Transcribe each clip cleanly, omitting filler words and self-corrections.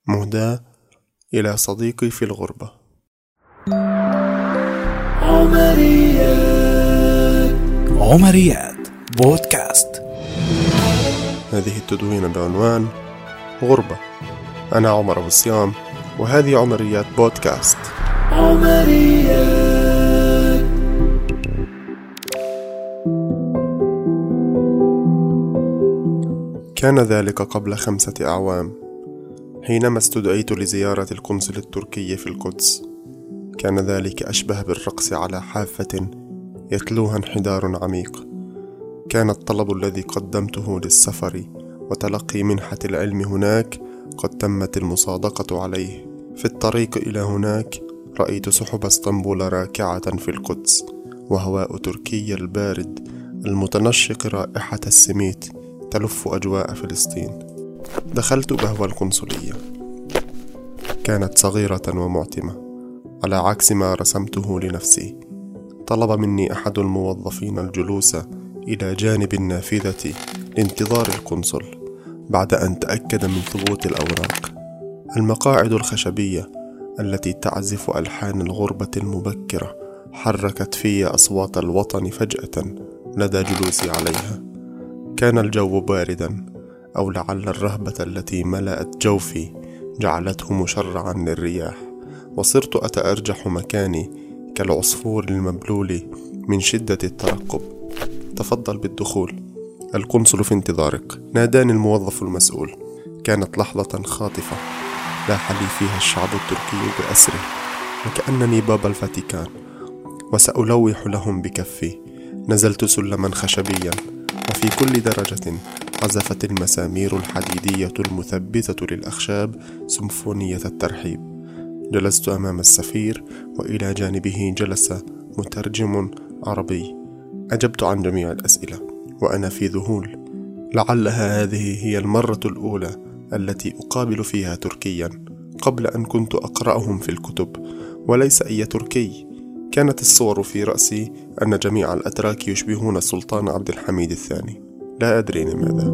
مهداة إلى صديقي في الغربة. عمريات بودكاست. هذه التدوينة بعنوان غربة. أنا عمر أبو الصيام، وهذه عمريات بودكاست. كان ذلك قبل 5 أعوام، حينما استدعيت لزيارة القنصل التركي في القدس. كان ذلك أشبه بالرقص على حافة يتلوها انحدار عميق. كان الطلب الذي قدمته للسفر وتلقي منحة العلم هناك قد تمت المصادقة عليه. في الطريق إلى هناك رأيت سحب اسطنبول راكعة في القدس، وهواء تركيا البارد المتنشق رائحة السميت تلف أجواء فلسطين. دخلت بهو القنصلية. كانت صغيرة ومعتمة على عكس ما رسمته لنفسي. طلب مني أحد الموظفين الجلوس إلى جانب النافذة لانتظار القنصل بعد أن تأكد من ثبوت الأوراق. المقاعد الخشبية التي تعزف ألحان الغربة المبكرة حركت في أصوات الوطن فجأة لدى جلوسي عليها. كان الجو باردا، أو لعل الرهبة التي ملأت جوفي جعلته مشرعا للرياح، وصرت أتأرجح مكاني كالعصفور المبلول من شدة الترقب. تفضل بالدخول، القنصل في انتظارك، ناداني الموظف المسؤول. كانت لحظة خاطفة لاح لي فيها الشعب التركي بأسره، وكأنني باب الفاتيكان وسألوح لهم بكفي. نزلت سلما خشبيا، وفي كل درجة عزفت المسامير الحديدية المثبتة للأخشاب سيمفونية الترحيب. جلست أمام السفير، وإلى جانبه جلس مترجم عربي. أجبت عن جميع الأسئلة وأنا في ذهول. لعلها هذه هي المرة الأولى التي أقابل فيها تركيا، قبل أن كنت أقرأهم في الكتب، وليس أي تركي. كانت الصور في رأسي أن جميع الأتراك يشبهون السلطان عبد الحميد الثاني، لا أدري لماذا.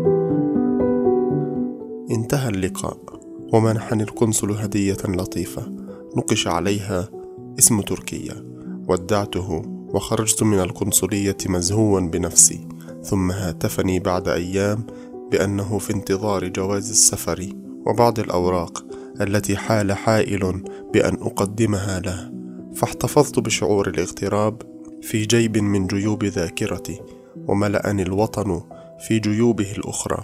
انتهى اللقاء، ومنحني القنصل هدية لطيفة نقش عليها اسم تركيا. ودعته وخرجت من القنصلية مزهوا بنفسي. ثم هاتفني بعد أيام بأنه في انتظار جواز السفر وبعض الأوراق التي حال حائل بأن أقدمها له. فاحتفظت بشعور الاغتراب في جيب من جيوب ذاكرتي، وملأني الوطن في جيوبه الأخرى.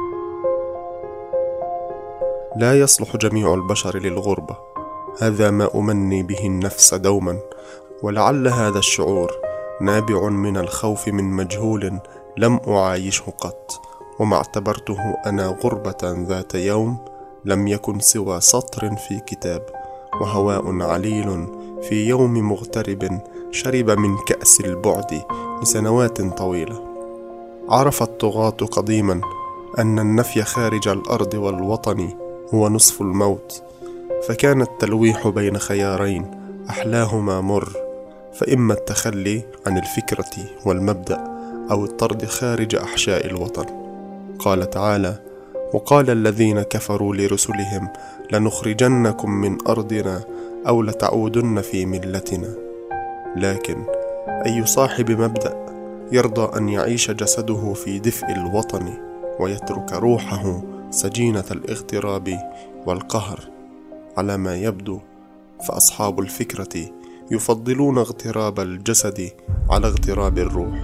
لا يصلح جميع البشر للغربة، هذا ما أمني به النفس دوما. ولعل هذا الشعور نابع من الخوف من مجهول لم أعايشه قط، وما اعتبرته أنا غربة ذات يوم لم يكن سوى سطر في كتاب، وهواء عليل في يوم مغترب شرب من كأس البعد لسنوات طويلة. عرف الطغاة قديما أن النفي خارج الأرض والوطن هو نصف الموت، فكان التلويح بين خيارين أحلاهما مر، فإما التخلي عن الفكرة والمبدأ أو الطرد خارج أحشاء الوطن. قال تعالى: وقال الذين كفروا لرسلهم لنخرجنكم من أرضنا أو لتعودن في ملتنا. لكن أي صاحب مبدأ يرضى أن يعيش جسده في دفء الوطن ويترك روحه سجينة الاغتراب والقهر؟ على ما يبدو فأصحاب الفكرة يفضلون اغتراب الجسد على اغتراب الروح.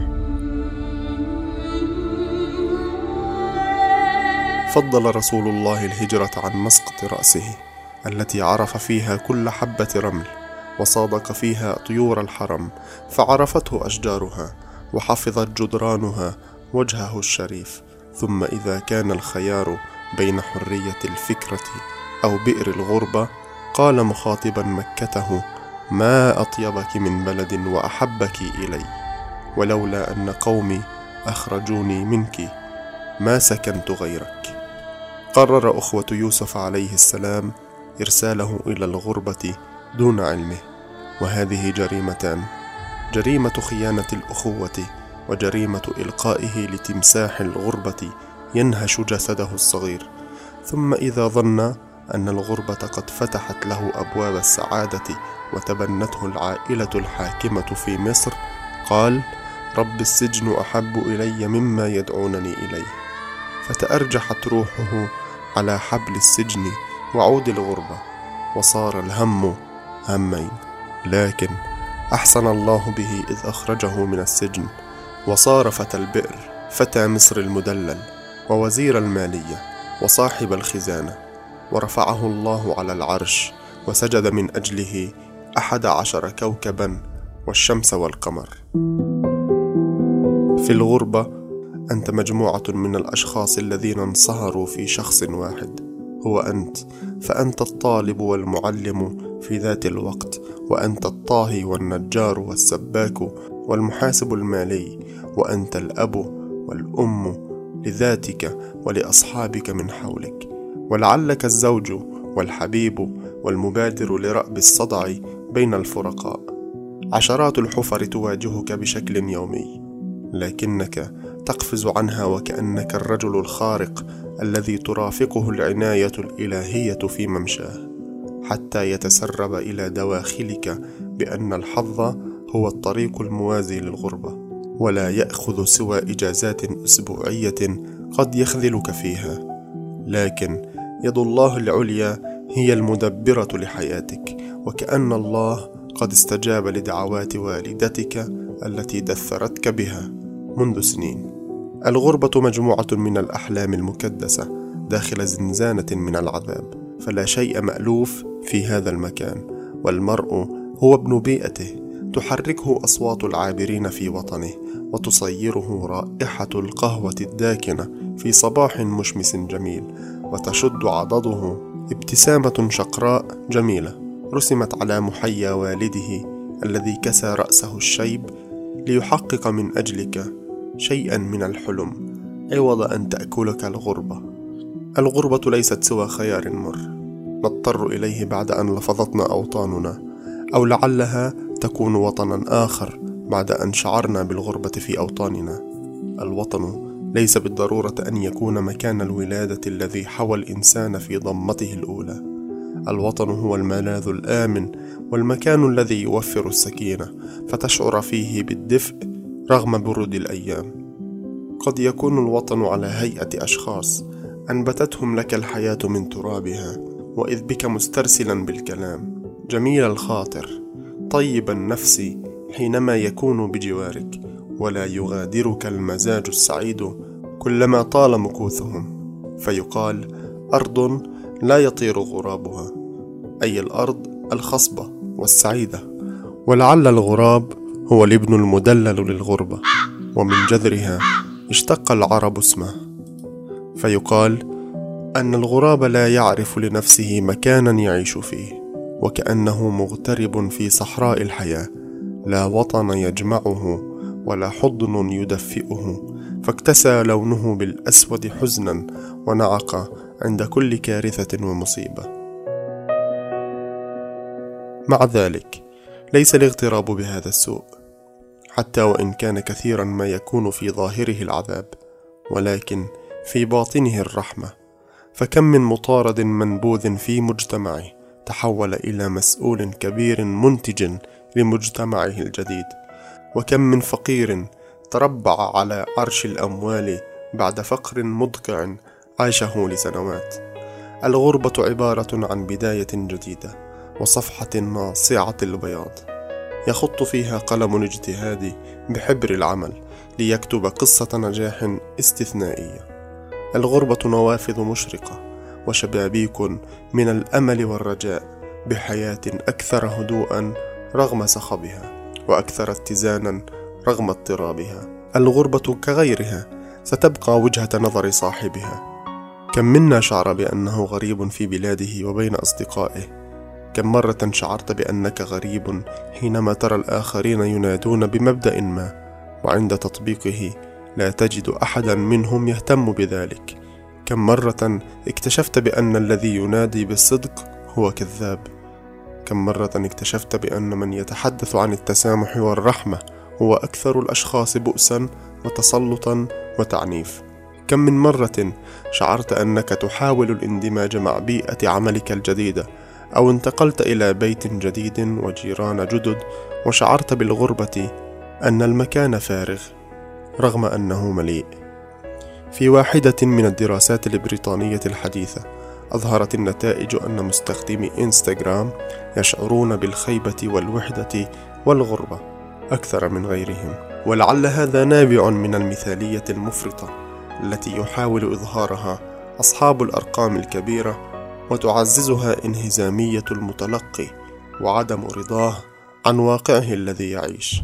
فضل رسول الله الهجرة عن مسقط رأسه التي عرف فيها كل حبة رمل، وصادق فيها طيور الحرم فعرفته أشجارها، وحفظت جدرانها وجهه الشريف. ثم إذا كان الخيار بين حرية الفكرة أو بئر الغربة، قال مخاطبا مكته: ما أطيبك من بلد وأحبك إلي، ولولا أن قومي أخرجوني منك ما سكنت غيرك. قرر أخوة يوسف عليه السلام إرساله إلى الغربة دون علمه، وهذه جريمتان: جريمة خيانة الأخوة، وجريمة إلقائه لتمساح الغربة ينهش جسده الصغير. ثم إذا ظن أن الغربة قد فتحت له أبواب السعادة وتبنته العائلة الحاكمة في مصر، قال: رب السجن أحب إلي مما يدعونني إليه. فتأرجحت روحه على حبل السجن وعود الغربة، وصار الهم همين. لكن أحسن الله به إذ أخرجه من السجن، وصار فتى البئر، فتى مصر المدلل، ووزير المالية، وصاحب الخزانة، ورفعه الله على العرش، وسجد من أجله 11 كوكبا والشمس والقمر. في الغربة أنت مجموعة من الأشخاص الذين انصهروا في شخص واحد، هو أنت. فأنت الطالب والمعلم في ذات الوقت، وأنت الطاهي والنجار والسباك والمحاسب المالي، وأنت الأب والأم لذاتك ولأصحابك من حولك، ولعلك الزوج والحبيب والمبادر لرأب الصدع بين الفرقاء. عشرات الحفر تواجهك بشكل يومي، لكنك تقفز عنها وكأنك الرجل الخارق الذي ترافقه العناية الإلهية في ممشاه، حتى يتسرب إلى دواخلك بأن الحظ هو الطريق الموازي للغربة، ولا يأخذ سوى إجازات أسبوعية قد يخذلك فيها. لكن يد الله العليا هي المدبرة لحياتك، وكأن الله قد استجاب لدعوات والدتك التي دثرتك بها منذ سنين. الغربة مجموعة من الأحلام المكدسة داخل زنزانة من العذاب، فلا شيء مألوف في هذا المكان، والمرء هو ابن بيئته، تحركه أصوات العابرين في وطنه، وتصيره رائحة القهوة الداكنة في صباح مشمس جميل، وتشد عضده ابتسامة شقراء جميلة رسمت على محيا والده الذي كسى رأسه الشيب ليحقق من أجلك شيئا من الحلم، عوض أن تأكلك الغربة. الغربة ليست سوى خيار مر نضطر إليه بعد أن لفظتنا أوطاننا، أو لعلها تكون وطنا آخر بعد أن شعرنا بالغربة في أوطاننا. الوطن ليس بالضرورة أن يكون مكان الولادة الذي حوى الإنسان في ضمته الأولى. الوطن هو الملاذ الآمن، والمكان الذي يوفر السكينة، فتشعر فيه بالدفء رغم برود الأيام. قد يكون الوطن على هيئة أشخاص أنبتتهم لك الحياة من ترابها، وإذ بك مسترسلا بالكلام، جميل الخاطر، طيب النفس حينما يكون بجوارك، ولا يغادرك المزاج السعيد كلما طال مكوثهم. فيقال: أرض لا يطير غرابها، أي الأرض الخصبة والسعيدة. ولعل الغراب هو الابن المدلل للغربة، ومن جذرها اشتق العرب اسمه. فيقال أن الغراب لا يعرف لنفسه مكانا يعيش فيه، وكأنه مغترب في صحراء الحياة، لا وطن يجمعه ولا حضن يدفئه، فاكتسى لونه بالأسود حزنا ونعق عند كل كارثة ومصيبة. مع ذلك ليس الاغتراب بهذا السوء، حتى وإن كان كثيرا ما يكون في ظاهره العذاب، ولكن في باطنه الرحمة. فكم من مطارد منبوذ في مجتمعه تحول إلى مسؤول كبير منتج لمجتمعه الجديد، وكم من فقير تربع على عرش الأموال بعد فقر مدقع عاشه لسنوات. الغربة عبارة عن بداية جديدة وصفحة ناصعة البياض، يخط فيها قلم الاجتهاد بحبر العمل ليكتب قصة نجاح استثنائية. الغربة نوافذ مشرقة وشبابيك من الأمل والرجاء بحياة أكثر هدوءا رغم صخبها، وأكثر اتزانا رغم اضطرابها. الغربة كغيرها ستبقى وجهة نظر صاحبها. كم منا شعر بأنه غريب في بلاده وبين أصدقائه؟ كم مرة شعرت بأنك غريب حينما ترى الآخرين ينادون بمبدأ ما، وعند تطبيقه لا تجد أحدا منهم يهتم بذلك؟ كم مرة اكتشفت بأن الذي ينادي بالصدق هو كذاب؟ كم مرة اكتشفت بأن من يتحدث عن التسامح والرحمة هو أكثر الأشخاص بؤسا وتسلطا وتعنيف؟ كم من مرة شعرت أنك تحاول الاندماج مع بيئة عملك الجديدة، أو انتقلت إلى بيت جديد وجيران جدد وشعرت بالغربة، أن المكان فارغ رغم أنه مليء. في واحدة من الدراسات البريطانية الحديثة أظهرت النتائج أن مستخدمي إنستغرام يشعرون بالخيبة والوحدة والغربة أكثر من غيرهم، ولعل هذا نابع من المثالية المفرطة التي يحاول إظهارها أصحاب الأرقام الكبيرة وتعززها انهزامية المتلقي وعدم رضاه عن واقعه الذي يعيش.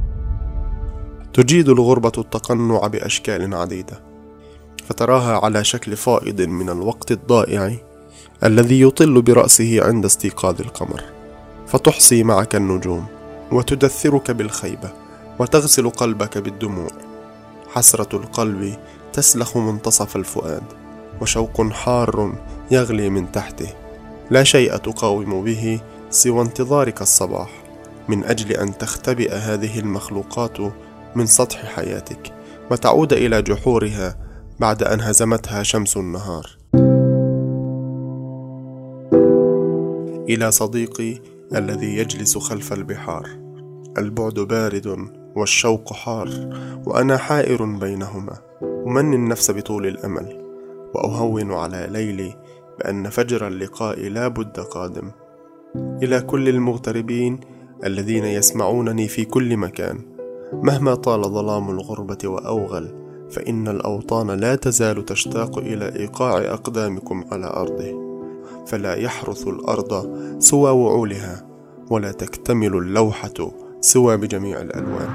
تجيد الغربة التقنع بأشكال عديدة، فتراها على شكل فائض من الوقت الضائع الذي يطل برأسه عند استيقاظ القمر، فتحصي معك النجوم وتدثرك بالخيبة وتغسل قلبك بالدموع. حسرة القلب تسلخ منتصف الفؤاد، وشوق حار يغلي من تحته، لا شيء تقاوم به سوى انتظارك الصباح من أجل أن تختبئ هذه المخلوقات من سطح حياتك وتعود إلى جحورها بعد أن هزمتها شمس النهار. إلى صديقي الذي يجلس خلف البحار، البعد بارد والشوق حار، وأنا حائر بينهما، أمني النفس بطول الأمل وأهون على ليلي بأن فجر اللقاء لا بد قادم. إلى كل المغتربين الذين يسمعونني في كل مكان، مهما طال ظلام الغربة وأوغل، فإن الأوطان لا تزال تشتاق إلى إيقاع أقدامكم على أرضه، فلا يحرث الأرض سوى وعولها، ولا تكتمل اللوحة سوى بجميع الألوان.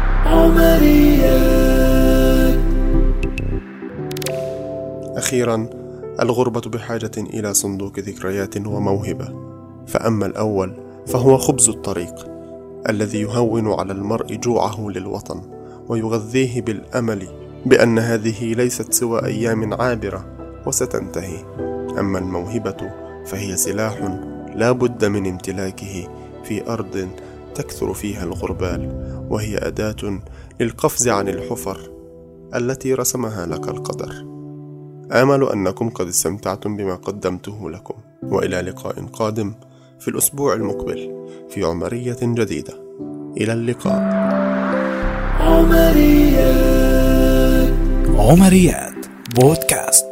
أخيرا، الغربة بحاجة إلى صندوق ذكريات وموهبة، فأما الأول فهو خبز الطريق الذي يهون على المرء جوعه للوطن ويغذيه بالأمل بأن هذه ليست سوى أيام عابرة وستنتهي. أما الموهبة فهي سلاح لا بد من امتلاكه في أرض تكثر فيها الغربال، وهي أداة للقفز عن الحفر التي رسمها لك القدر. آمل أنكم قد استمتعتم بما قدمته لكم، وإلى لقاء قادم في الأسبوع المقبل في عمرية جديدة. إلى اللقاء. عمريات بودكاست.